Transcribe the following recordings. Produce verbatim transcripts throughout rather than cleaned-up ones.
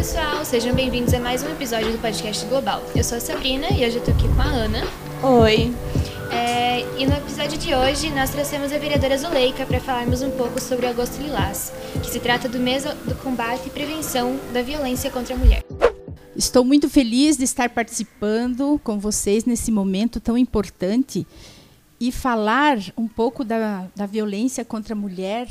pessoal, sejam bem-vindos a mais um episódio do podcast Global. Eu sou a Sabrina e hoje eu tô aqui com a Ana. Oi. É, e no episódio de hoje nós trouxemos a vereadora Zuleika para falarmos um pouco sobre o Agosto Lilás, que se trata do mês do combate e prevenção da violência contra a mulher. Estou muito feliz de estar participando com vocês nesse momento tão importante e falar um pouco da, da violência contra a mulher.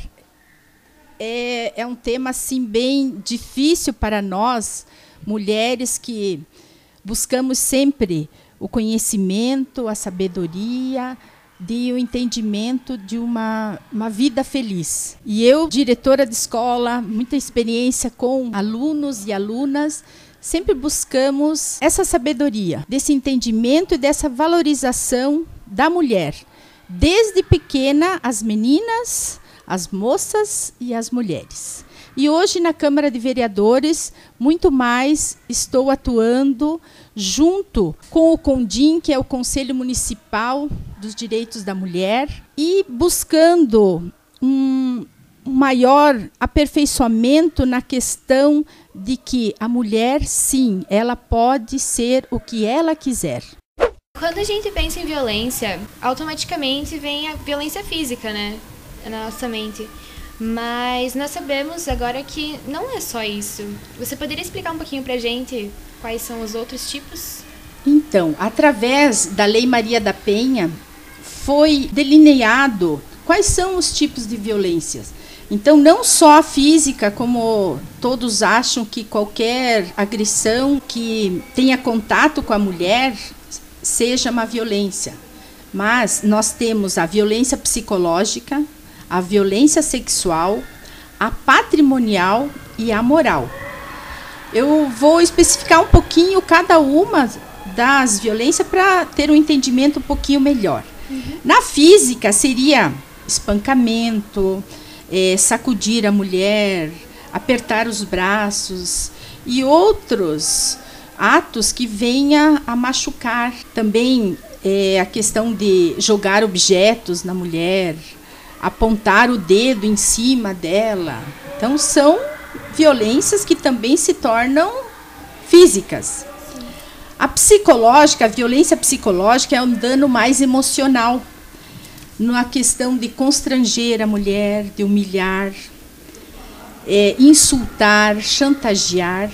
É, é um tema assim, bem difícil para nós, mulheres que buscamos sempre o conhecimento, a sabedoria, de o entendimento de uma, uma vida feliz. E eu, diretora de escola, muita experiência com alunos e alunas, sempre buscamos essa sabedoria, desse entendimento e dessa valorização da mulher. Desde pequena, as meninas, as moças e as mulheres. E hoje, na Câmara de Vereadores, muito mais estou atuando junto com o CONDIM, que é o Conselho Municipal dos Direitos da Mulher, e buscando um maior aperfeiçoamento na questão de que a mulher, sim, ela pode ser o que ela quiser. Quando a gente pensa em violência, automaticamente vem a violência física, né? Na nossa mente. Mas nós sabemos agora que não é só isso. Você poderia explicar um pouquinho pra gente quais são os outros tipos? Então, através da Lei Maria da Penha, foi delineado quais são os tipos de violências. Então, não só a física, como todos acham que qualquer agressão que tenha contato com a mulher seja uma violência. Mas nós temos a violência psicológica, a violência sexual, a patrimonial e a moral. Eu vou especificar um pouquinho cada uma das violências para ter um entendimento um pouquinho melhor. Uhum. Na física seria espancamento, é, sacudir a mulher, apertar os braços e outros atos que venham a machucar. Também é, a questão de jogar objetos na mulher, apontar o dedo em cima dela. Então, são violências que também se tornam físicas. Sim. A psicológica, a violência psicológica é um dano mais emocional, na questão de constranger a mulher, de humilhar, é, insultar, chantagear.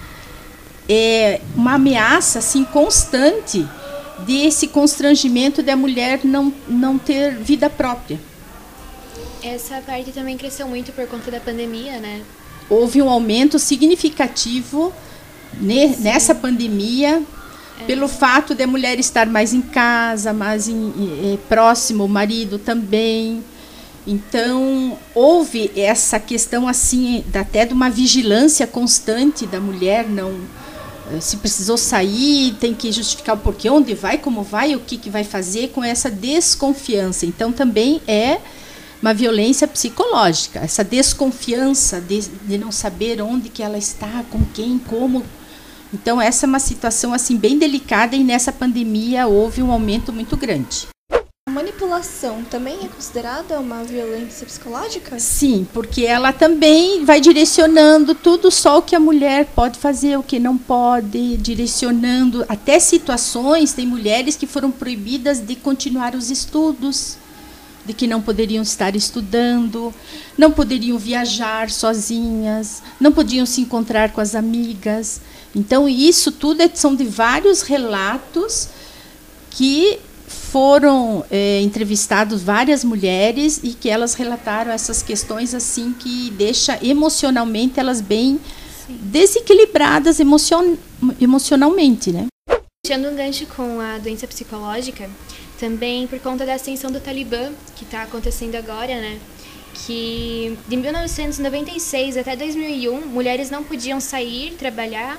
É uma ameaça assim, constante desse constrangimento da mulher não, não ter vida própria. Essa parte também cresceu muito por conta da pandemia, né? Houve um aumento significativo ne, nessa pandemia, é. Pelo fato de a mulher estar mais em casa, mais em, em, próximo, o marido também. Então, houve essa questão assim, até de uma vigilância constante da mulher, não, se precisou sair, tem que justificar o porquê, onde vai, como vai, o que, que vai fazer, com essa desconfiança. Então, também é uma violência psicológica, essa desconfiança de, de não saber onde que ela está, com quem, como. Então, essa é uma situação assim, bem delicada e nessa pandemia houve um aumento muito grande. A manipulação também é considerada uma violência psicológica? Sim, porque ela também vai direcionando tudo só o que a mulher pode fazer, o que não pode, direcionando até situações. Tem mulheres que foram proibidas de continuar os estudos, de que não poderiam estar estudando, não poderiam viajar sozinhas, não podiam se encontrar com as amigas. Então, isso tudo é, são de vários relatos que foram é, entrevistados várias mulheres e que elas relataram essas questões assim que deixa emocionalmente elas bem Sim. desequilibradas emocion, emocionalmente, né? Puxando um gancho com a doença psicológica, também por conta da ascensão do Talibã, que está acontecendo agora, né? Que de mil novecentos e noventa e seis até dois mil e um, mulheres não podiam sair, trabalhar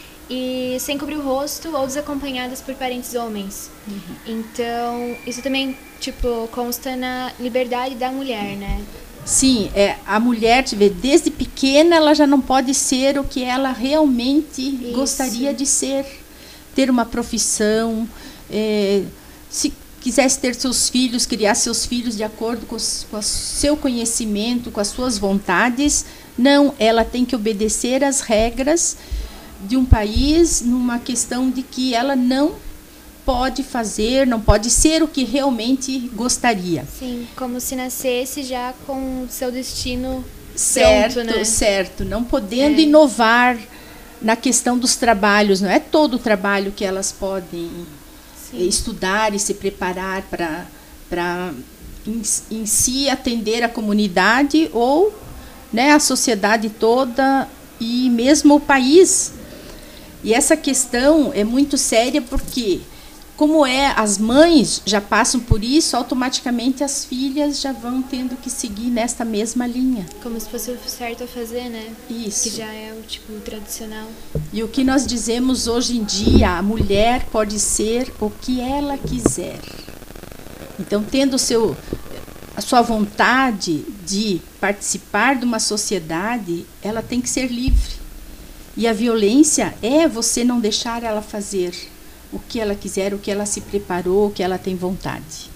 e sem cobrir o rosto ou desacompanhadas por parentes homens. Uhum. Então, isso também, tipo, consta na liberdade da mulher, né? Sim, é, a mulher, desde pequena, ela já não pode ser o que ela realmente isso. gostaria de ser. Ter uma profissão, é, se quisesse ter seus filhos, criar seus filhos de acordo com o seu conhecimento, com as suas vontades, Não, ela tem que obedecer às regras de um país numa questão de que ela não pode fazer, não pode ser o que realmente gostaria. Sim, como se nascesse já com o seu destino certo, pronto, né? Certo, não podendo É. inovar na questão dos trabalhos, não é todo o trabalho que elas podem Sim. estudar e se preparar para para em, em si atender a comunidade ou, né, a sociedade toda e mesmo o país. E essa questão é muito séria porque, como é, as mães já passam por isso, automaticamente as filhas já vão tendo que seguir nesta mesma linha. Como se fosse o certo a fazer, né? Isso. Que já é o tipo tradicional. E o que nós dizemos hoje em dia, a mulher pode ser o que ela quiser. Então, tendo o seu, a sua vontade de participar de uma sociedade, ela tem que ser livre. E a violência é você não deixar ela fazer o que ela quiser, o que ela se preparou, o que ela tem vontade.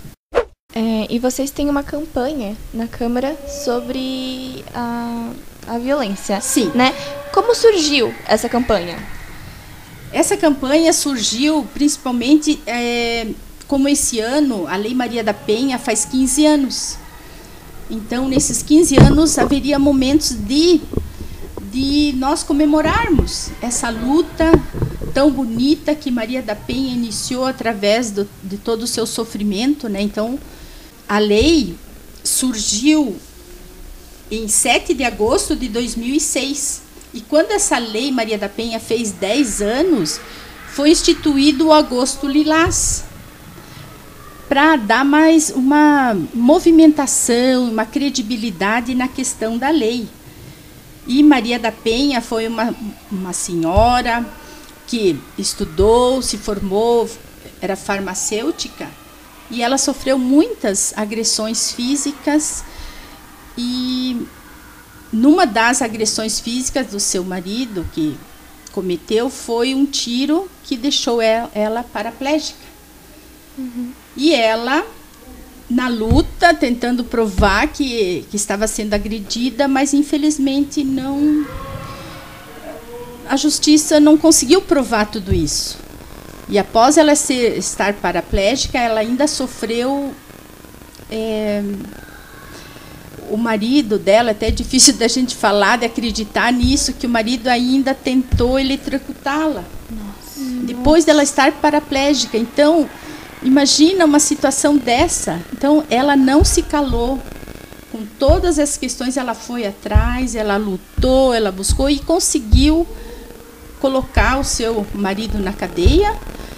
É, e vocês têm uma campanha na Câmara sobre a, a violência. Sim. Né? Como surgiu essa campanha? Essa campanha surgiu principalmente, é, como esse ano, a Lei Maria da Penha faz quinze anos. Então, nesses quinze anos, haveria momentos de, de nós comemorarmos essa luta tão bonita que Maria da Penha iniciou através do, de todo o seu sofrimento, né? Então, a lei surgiu em sete de agosto de dois mil e seis. E quando essa lei Maria da Penha fez dez anos, foi instituído o Agosto Lilás, para dar mais uma movimentação, uma credibilidade na questão da lei. E Maria da Penha foi uma, uma senhora que estudou, se formou, era farmacêutica, e ela sofreu muitas agressões físicas, e numa das agressões físicas do seu marido, que cometeu, foi um tiro que deixou ela, ela paraplégica. Uhum. E ela, na luta, tentando provar que, que estava sendo agredida, mas infelizmente não... A justiça não conseguiu provar tudo isso. E após ela ser, estar paraplégica, ela ainda sofreu... É, o marido dela, até é difícil da gente falar, de acreditar nisso, que o marido ainda tentou eletrocutá-la. Depois dela estar paraplégica. Então, imagina uma situação dessa. Então, ela não se calou. Com todas as questões, ela foi atrás, ela lutou, ela buscou e conseguiu colocar o seu marido na cadeia.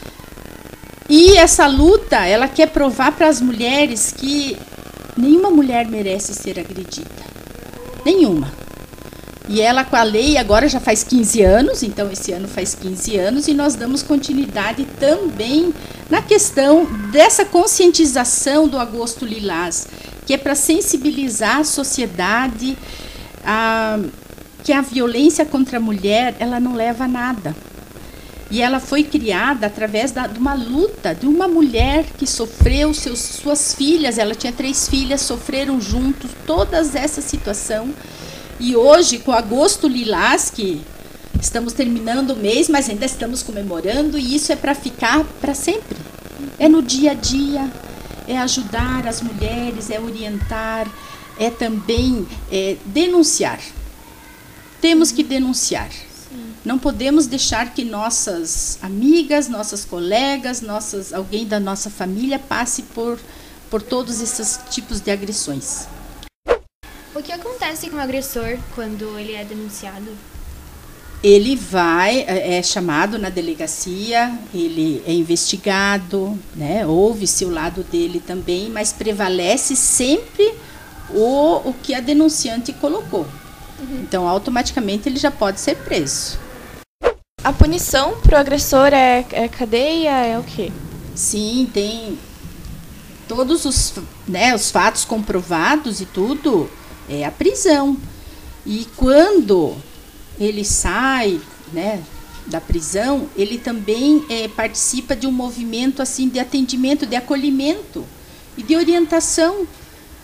E essa luta, ela quer provar para as mulheres que nenhuma mulher merece ser agredida. Nenhuma. E ela, com a lei, agora já faz quinze anos, então esse ano faz quinze anos, e nós damos continuidade também na questão dessa conscientização do Agosto Lilás, que é para sensibilizar a sociedade a, que a violência contra a mulher, ela não leva a nada. E ela foi criada através da, de uma luta de uma mulher que sofreu, seus, suas filhas, ela tinha três filhas, sofreram juntos toda essa situação. E hoje, com o Agosto Lilás, que estamos terminando o mês, mas ainda estamos comemorando, e isso é para ficar para sempre. É no dia a dia, é ajudar as mulheres, é orientar, é também é, denunciar. Temos que denunciar. Não podemos deixar que nossas amigas, nossas colegas, nossas, alguém da nossa família passe por, por todos esses tipos de agressões. O que acontece com o agressor quando ele é denunciado? Ele vai, é chamado na delegacia, ele é investigado, né? Ouve-se o lado dele também, mas prevalece sempre o, o que a denunciante colocou. Uhum. Então, automaticamente, ele já pode ser preso. A punição para o agressor é, é cadeia, é o quê? Sim, tem todos os, né, os fatos comprovados e tudo, é a prisão. E quando ele sai, né, da prisão, ele também é, participa de um movimento assim, de atendimento, de acolhimento e de orientação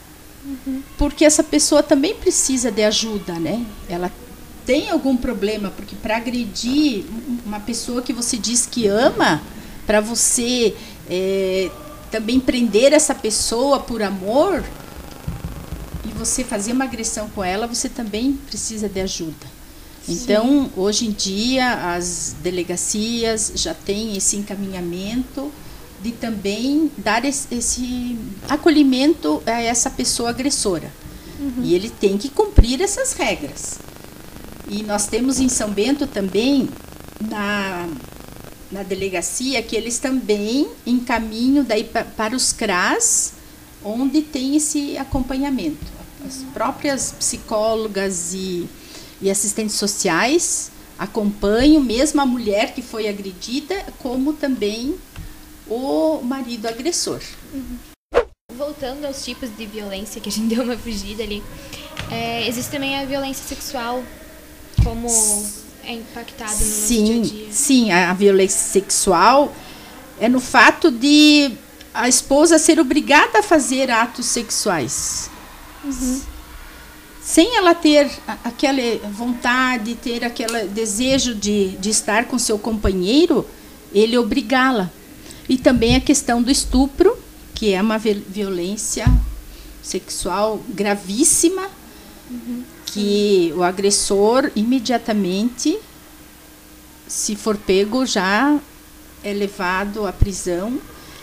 uhum. porque essa pessoa também precisa de ajuda, né? Ela tem algum problema, porque para agredir uma pessoa que você diz que ama, para você é, também prender essa pessoa por amor, e você fazer uma agressão com ela, você também precisa de ajuda. Sim. Então, hoje em dia, as delegacias já têm esse encaminhamento de também dar esse, esse acolhimento a essa pessoa agressora. Uhum. E ele tem que cumprir essas regras. E nós temos em São Bento também, na, na delegacia, que eles também encaminham daí pa, para os C R A S, onde tem esse acompanhamento. As próprias psicólogas e, e assistentes sociais acompanham mesmo a mulher que foi agredida, como também o marido agressor. Uhum. Voltando aos tipos de violência, que a gente deu uma fugida ali, é, existe também a violência sexual, como é impactado no nosso sim, dia a dia. Sim, a violência sexual é no fato de a esposa ser obrigada a fazer atos sexuais. Uhum. Sem ela ter aquela vontade, ter aquele desejo de, de estar com seu companheiro, ele obrigá-la. E também a questão do estupro, que é uma violência sexual gravíssima, uhum. que o agressor imediatamente, se for pego, já é levado à prisão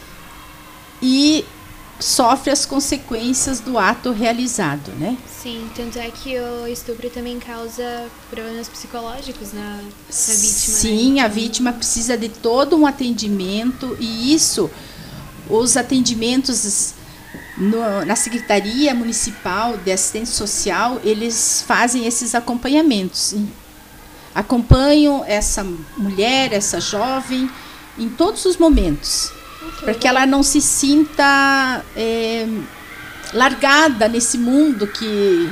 e sofre as consequências do ato realizado, né? Sim, tanto é que o estupro também causa problemas psicológicos na, na vítima. Sim, né? A vítima precisa de todo um atendimento, e isso, os atendimentos no, na Secretaria Municipal de Assistência Social, eles fazem esses acompanhamentos. Acompanham essa mulher, essa jovem, em todos os momentos. Para que ela não se sinta é, largada nesse mundo que,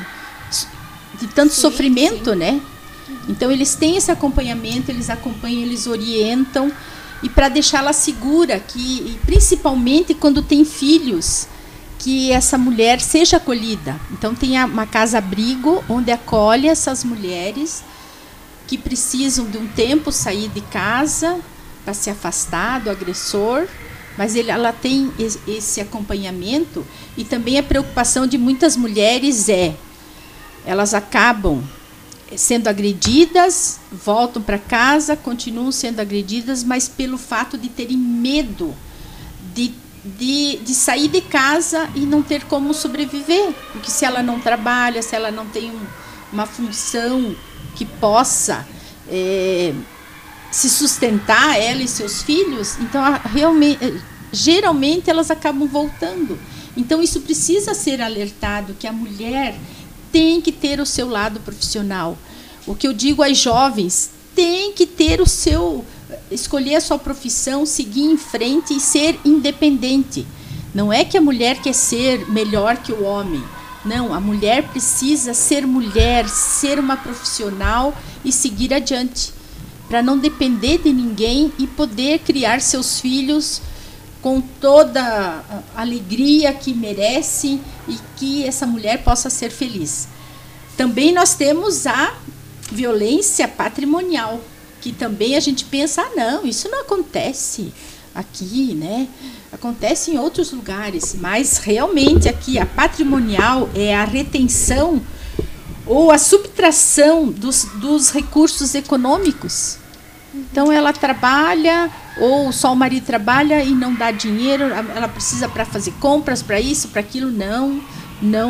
de tanto sim, sofrimento, sim. né? Então, eles têm esse acompanhamento, eles acompanham, eles orientam, e para deixá-la segura, que, e principalmente quando tem filhos, que essa mulher seja acolhida. Então, tem uma casa-abrigo onde acolhe essas mulheres que precisam de um tempo sair de casa para se afastar do agressor. Mas ele, ela tem esse acompanhamento, e também a preocupação de muitas mulheres é, elas acabam sendo agredidas, voltam para casa, continuam sendo agredidas, mas pelo fato de terem medo de, de, de sair de casa e não ter como sobreviver. Porque se ela não trabalha, se ela não tem um, uma função que possa é, se sustentar, ela e seus filhos, então realmente, geralmente elas acabam voltando. Então isso precisa ser alertado, que a mulher tem que ter o seu lado profissional. O que eu digo às jovens, tem que ter o seu, escolher a sua profissão, seguir em frente e ser independente. Não é que a mulher quer ser melhor que o homem. Não, a mulher precisa ser mulher, ser uma profissional e seguir adiante, para não depender de ninguém e poder criar seus filhos com toda a alegria que merece e que essa mulher possa ser feliz. Também nós temos a violência patrimonial, que também a gente pensa, ah, não, isso não acontece aqui, né? Acontece em outros lugares, mas realmente aqui a patrimonial é a retenção ou a subtração dos, dos recursos econômicos. Então, ela trabalha, ou só o marido trabalha e não dá dinheiro, ela precisa para fazer compras, para isso, para aquilo, não, não,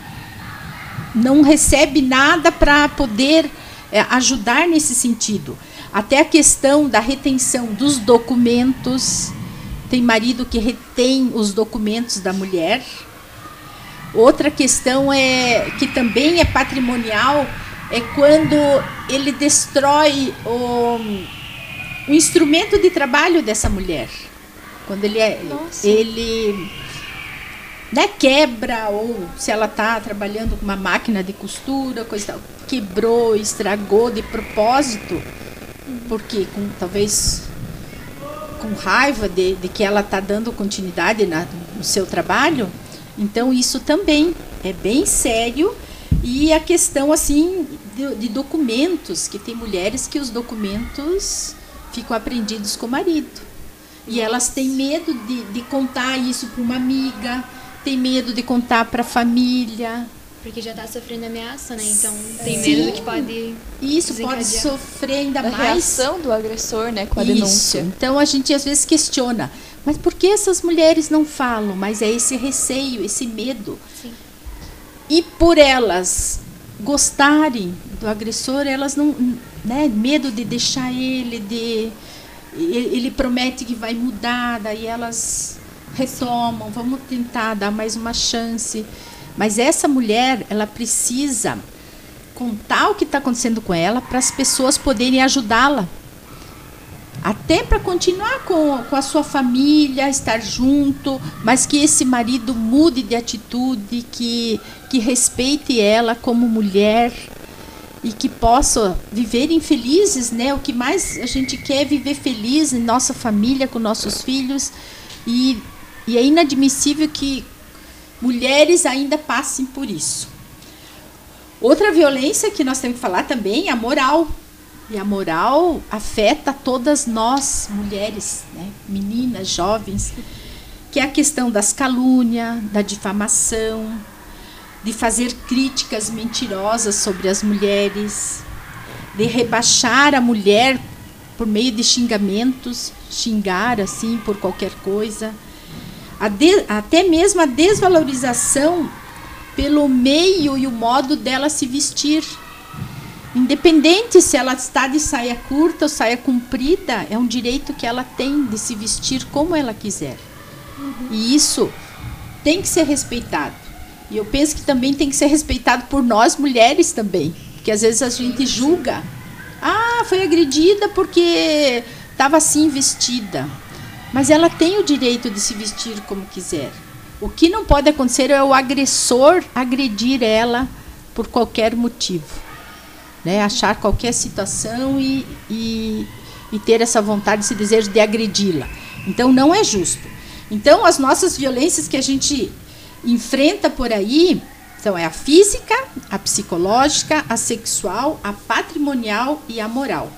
não recebe nada para poder é, ajudar nesse sentido. Até a questão da retenção dos documentos, tem marido que retém os documentos da mulher. Outra questão é que também é patrimonial, é quando ele destrói o, o instrumento de trabalho dessa mulher. Quando ele, é, ele né, quebra, ou se ela está trabalhando com uma máquina de costura, coisa tal, quebrou, estragou de propósito, porque com, talvez com raiva de, de que ela está dando continuidade na, no seu trabalho. Então, isso também é bem sério. E a questão, assim, de, de documentos, que tem mulheres que os documentos ficam apreendidos com o marido. E elas têm medo de, de contar isso para uma amiga, tem medo de contar para a família. Porque já está sofrendo ameaça, né? Então tem Sim. medo do que pode Isso, pode sofrer ainda a mais. A reação do agressor, né, com a isso. denúncia. Então a gente às vezes questiona, mas por que essas mulheres não falam? Mas é esse receio, esse medo. Sim. E por elas gostarem do agressor, elas não, né, medo de deixar ele, de ele promete que vai mudar, daí elas retomam, vamos tentar dar mais uma chance. Mas essa mulher, ela precisa contar o que está acontecendo com ela para as pessoas poderem ajudá-la. Até para continuar com, com a sua família, estar junto, mas que esse marido mude de atitude, que, que respeite ela como mulher e que possa viverem felizes, né? O que mais a gente quer é viver feliz em nossa família, com nossos filhos. E, e é inadmissível que mulheres ainda passem por isso. Outra violência que nós temos que falar também é a moral. E a moral afeta todas nós, mulheres, né? Meninas, jovens, que é a questão das calúnias, da difamação, de fazer críticas mentirosas sobre as mulheres, de rebaixar a mulher por meio de xingamentos, xingar assim por qualquer coisa, a de, até mesmo a desvalorização pelo meio e o modo dela se vestir. Independente se ela está de saia curta ou saia comprida, é um direito que ela tem de se vestir como ela quiser. Uhum. E isso tem que ser respeitado. E eu penso que também tem que ser respeitado por nós mulheres também. Porque às vezes a gente julga. Ah, foi agredida porque estava assim vestida. Mas ela tem o direito de se vestir como quiser. O que não pode acontecer é o agressor agredir ela por qualquer motivo. Né, achar qualquer situação e, e, e ter essa vontade, esse desejo de agredi-la. Então, não é justo. Então, as nossas violências que a gente enfrenta por aí são é a física, a psicológica, a sexual, a patrimonial e a moral.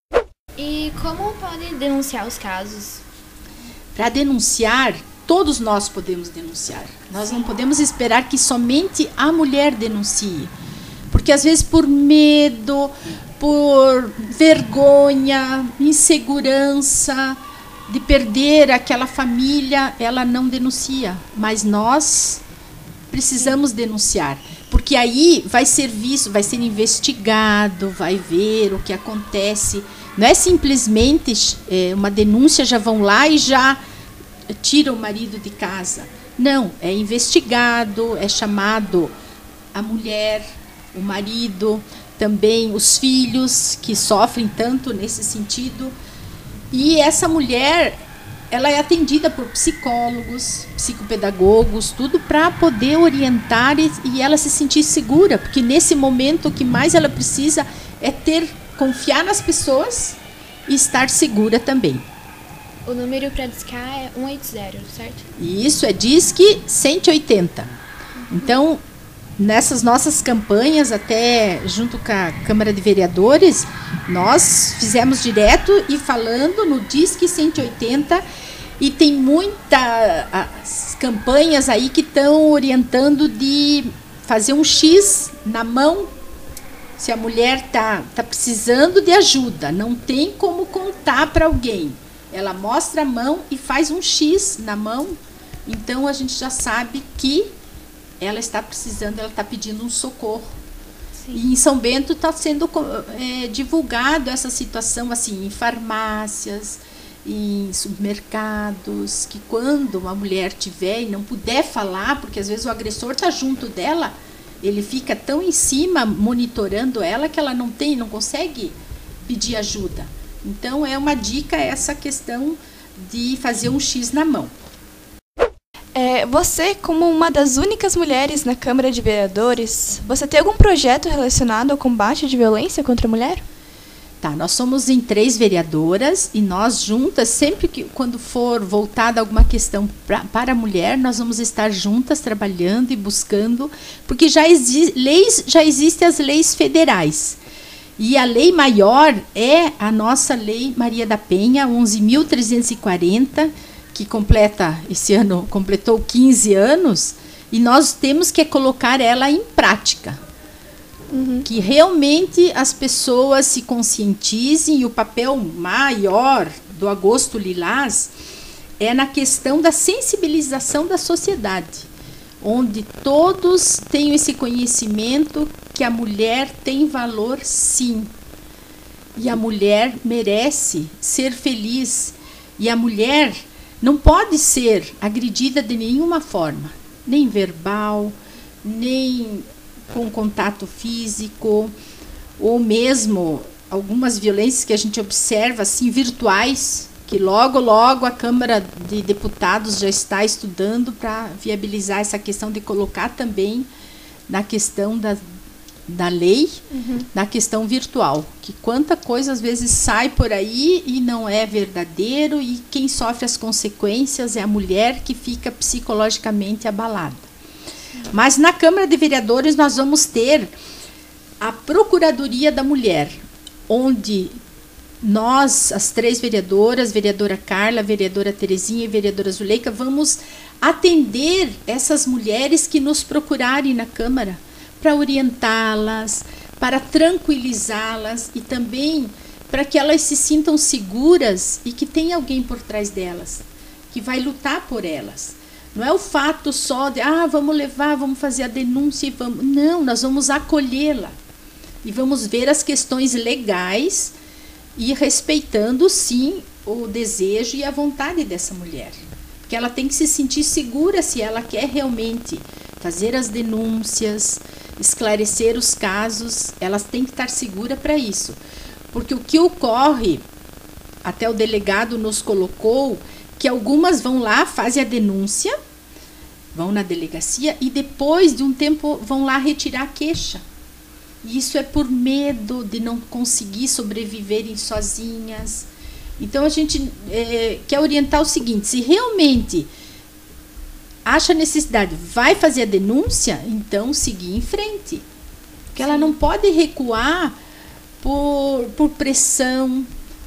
E como podem denunciar os casos? Para denunciar, todos nós podemos denunciar. Nós não podemos esperar que somente a mulher denuncie. Porque, às vezes, por medo, por vergonha, insegurança de perder aquela família, ela não denuncia. Mas nós precisamos denunciar. Porque aí vai ser visto, vai ser investigado, vai ver o que acontece. Não é simplesmente é, uma denúncia, já vão lá e já tiram o marido de casa. Não, é investigado, é chamado a mulher, o marido, também os filhos que sofrem tanto nesse sentido. E essa mulher, ela é atendida por psicólogos, psicopedagogos, tudo para poder orientar e, e ela se sentir segura, porque nesse momento o que mais ela precisa é ter, confiar nas pessoas e estar segura também. O número para discar é um oito zero, certo? Isso, é Disque cento e oitenta. Então, nessas nossas campanhas, até junto com a Câmara de Vereadores, nós fizemos direto e falando no Disque cento e oitenta, e tem muitas campanhas aí que estão orientando de fazer um X na mão, se a mulher está tá precisando de ajuda, não tem como contar para alguém. Ela mostra a mão e faz um X na mão, então a gente já sabe que ela está precisando, ela está pedindo um socorro. Sim. E em São Bento está sendo é, divulgado essa situação assim, em farmácias, em supermercados, que quando uma mulher tiver e não puder falar, porque às vezes o agressor está junto dela, ele fica tão em cima monitorando ela que ela não tem, não consegue pedir ajuda. Então é uma dica essa questão de fazer um X na mão. É, você, como uma das únicas mulheres na Câmara de Vereadores, você tem algum projeto relacionado ao combate de violência contra a mulher? Tá, nós somos em três vereadoras e nós juntas, sempre que quando for voltada alguma questão pra, para a mulher, nós vamos estar juntas trabalhando e buscando, porque já exi- leis, já existem as leis federais. E a lei maior é a nossa Lei Maria da Penha, onze mil trezentos e quarenta, que completa, esse ano completou quinze anos, e nós temos que colocar ela em prática. Uhum. Que realmente as pessoas se conscientizem, e o papel maior do Agosto Lilás é na questão da sensibilização da sociedade, onde todos tenham esse conhecimento que a mulher tem valor, sim, e a mulher merece ser feliz, e a mulher não pode ser agredida de nenhuma forma, nem verbal, nem com contato físico, ou mesmo algumas violências que a gente observa, assim, virtuais, que logo, logo a Câmara de Deputados já está estudando para viabilizar essa questão de colocar também na questão da, da lei, uhum. na questão virtual, que quanta coisa às vezes sai por aí e não é verdadeiro, e quem sofre as consequências é a mulher que fica psicologicamente abalada. Mas na Câmara de Vereadores nós vamos ter a Procuradoria da Mulher, onde nós, as três vereadoras, vereadora Carla, vereadora Terezinha e vereadora Zuleika, vamos atender essas mulheres que nos procurarem na Câmara, para orientá-las, para tranquilizá-las e também para que elas se sintam seguras e que tem alguém por trás delas, que vai lutar por elas. Não é o fato só de, ah, vamos levar, vamos fazer a denúncia e vamos... Não, nós vamos acolhê-la. E vamos ver as questões legais e respeitando, sim, o desejo e a vontade dessa mulher. Porque ela tem que se sentir segura se ela quer realmente fazer as denúncias, esclarecer os casos, elas têm que estar seguras para isso. Porque o que ocorre, até o delegado nos colocou, que algumas vão lá, fazem a denúncia, vão na delegacia e depois de um tempo vão lá retirar a queixa. E isso é por medo de não conseguir sobreviverem sozinhas. Então a gente é, quer orientar o seguinte: se realmente acha necessidade, vai fazer a denúncia, então seguir em frente. Porque ela não pode recuar por, por pressão,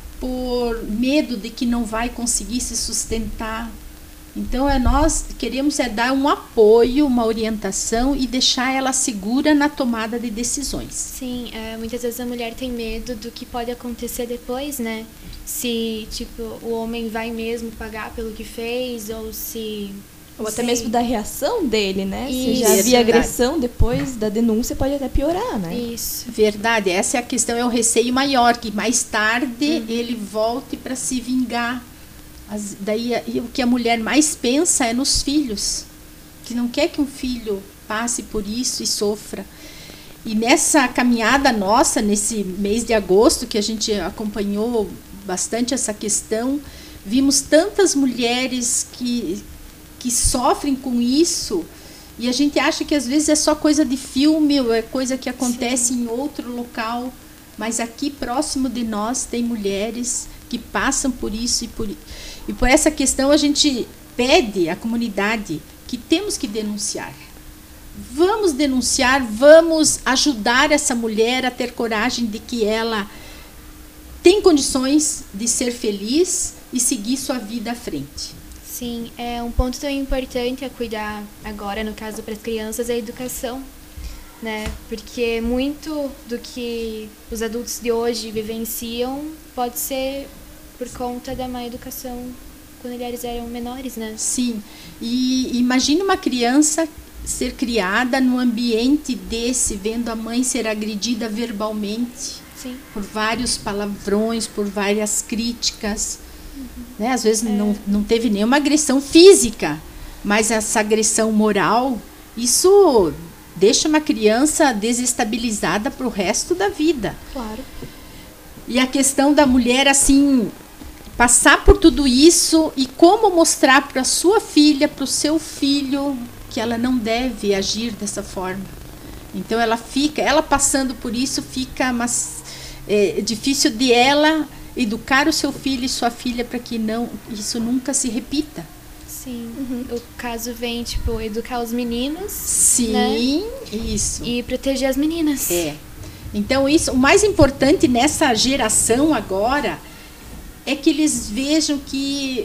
por medo de que não vai conseguir se sustentar. Então, é, nós queremos é dar um apoio, uma orientação e deixar ela segura na tomada de decisões. Sim, é, muitas vezes a mulher tem medo do que pode acontecer depois, né? Se, tipo, o homem vai mesmo pagar pelo que fez, ou se... Ou até mesmo da reação dele, né? Isso. Se já havia agressão depois da denúncia, pode até piorar, né? Isso. Verdade, essa é a questão, é o receio maior, que mais tarde uhum. ele volte para se vingar. As, daí o que a mulher mais pensa é nos filhos, que não quer que um filho passe por isso e sofra. E nessa caminhada nossa, nesse mês de agosto, que a gente acompanhou bastante essa questão, vimos tantas mulheres que, que sofrem com isso, e a gente acha que às vezes é só coisa de filme, ou é coisa que acontece Sim. em outro local, mas aqui próximo de nós tem mulheres que passam por isso, e por, e por essa questão a gente pede à comunidade que temos que denunciar. Vamos denunciar, vamos ajudar essa mulher a ter coragem de que ela tem condições de ser feliz e seguir sua vida à frente. Sim, é um ponto tão importante a cuidar agora, no caso para as crianças, é a educação, né? Porque muito do que os adultos de hoje vivenciam pode ser por conta da má educação quando eles eram menores, né? Sim, e imagine uma criança ser criada num ambiente desse, vendo a mãe ser agredida verbalmente, Sim. por vários palavrões, por várias críticas. Uhum. Né? Às vezes é. não, não teve nenhuma agressão física, mas essa agressão moral, isso deixa uma criança desestabilizada para o resto da vida. Claro. E a questão da mulher, assim, passar por tudo isso e como mostrar para a sua filha, para o seu filho, que ela não deve agir dessa forma. Então ela fica, ela passando por isso, fica, mas é difícil de ela educar o seu filho e sua filha para que não isso nunca se repita. Sim, uhum. O caso vem, tipo, educar os meninos. Sim, né? Isso. E proteger as meninas. É. Então, isso, o mais importante nessa geração agora é que eles vejam que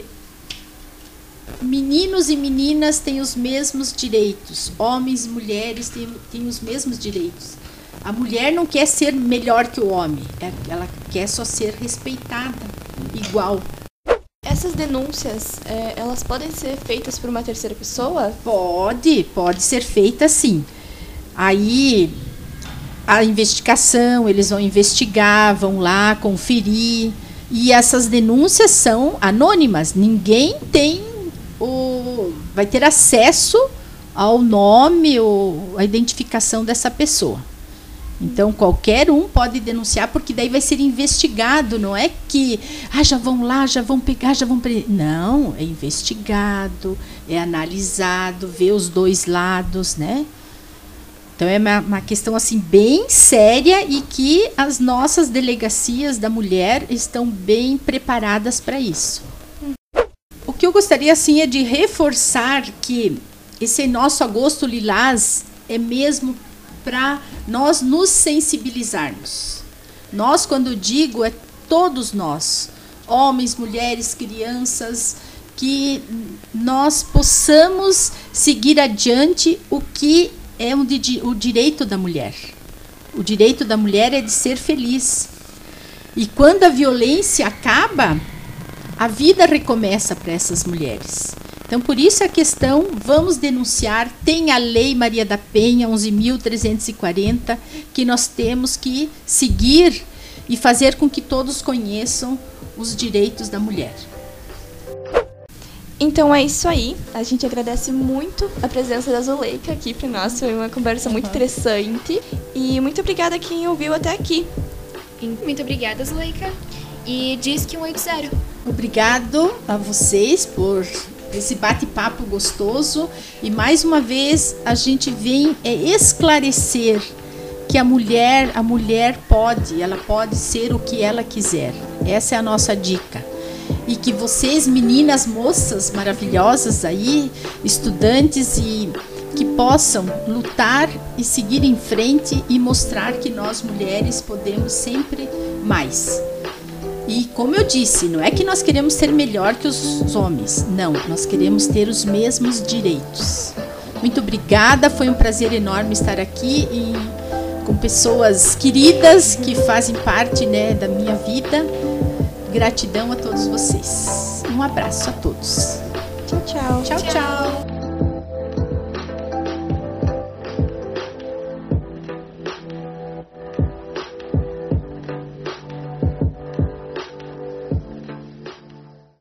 meninos e meninas têm os mesmos direitos. Homens e mulheres têm, têm os mesmos direitos. A mulher não quer ser melhor que o homem. Ela quer só ser respeitada, igual. Essas denúncias, é, elas podem ser feitas por uma terceira pessoa? Pode, pode ser feita sim. Aí, a investigação, eles vão investigar, vão lá conferir. E essas denúncias são anônimas. Ninguém tem o, vai ter acesso ao nome ou à identificação dessa pessoa. Então, qualquer um pode denunciar, porque daí vai ser investigado, não é que ah, já vão lá, já vão pegar, já vão prender. Não, é investigado, é analisado, vê os dois lados, né? Então, é uma, uma questão assim bem séria e que as nossas delegacias da mulher estão bem preparadas para isso. O que eu gostaria assim é de reforçar que esse nosso agosto lilás é mesmo para nós nos sensibilizarmos. Nós, quando digo, é todos nós, homens, mulheres, crianças, que nós possamos seguir adiante o que é o, de, o direito da mulher. O direito da mulher é de ser feliz. E quando a violência acaba, a vida recomeça para essas mulheres. Então, por isso a questão, vamos denunciar, tem a Lei Maria da Penha, onze mil trezentos e quarenta, que nós temos que seguir e fazer com que todos conheçam os direitos da mulher. Então é isso aí, a gente agradece muito a presença da Zuleika aqui para nós, foi uma conversa muito interessante e muito obrigada a quem ouviu até aqui. Muito obrigada, Zuleika, e diz que um oito zero. Obrigado a vocês por esse bate-papo gostoso e mais uma vez a gente vem é, esclarecer que a mulher, a mulher pode, ela pode ser o que ela quiser. Essa é a nossa dica. E que vocês, meninas, moças maravilhosas aí, estudantes, e que possam lutar e seguir em frente e mostrar que nós mulheres podemos sempre mais. E como eu disse, não é que nós queremos ser melhor que os homens, não, nós queremos ter os mesmos direitos. Muito obrigada, foi um prazer enorme estar aqui e com pessoas queridas que fazem parte, né, da minha vida. Gratidão a todos vocês. Um abraço a todos.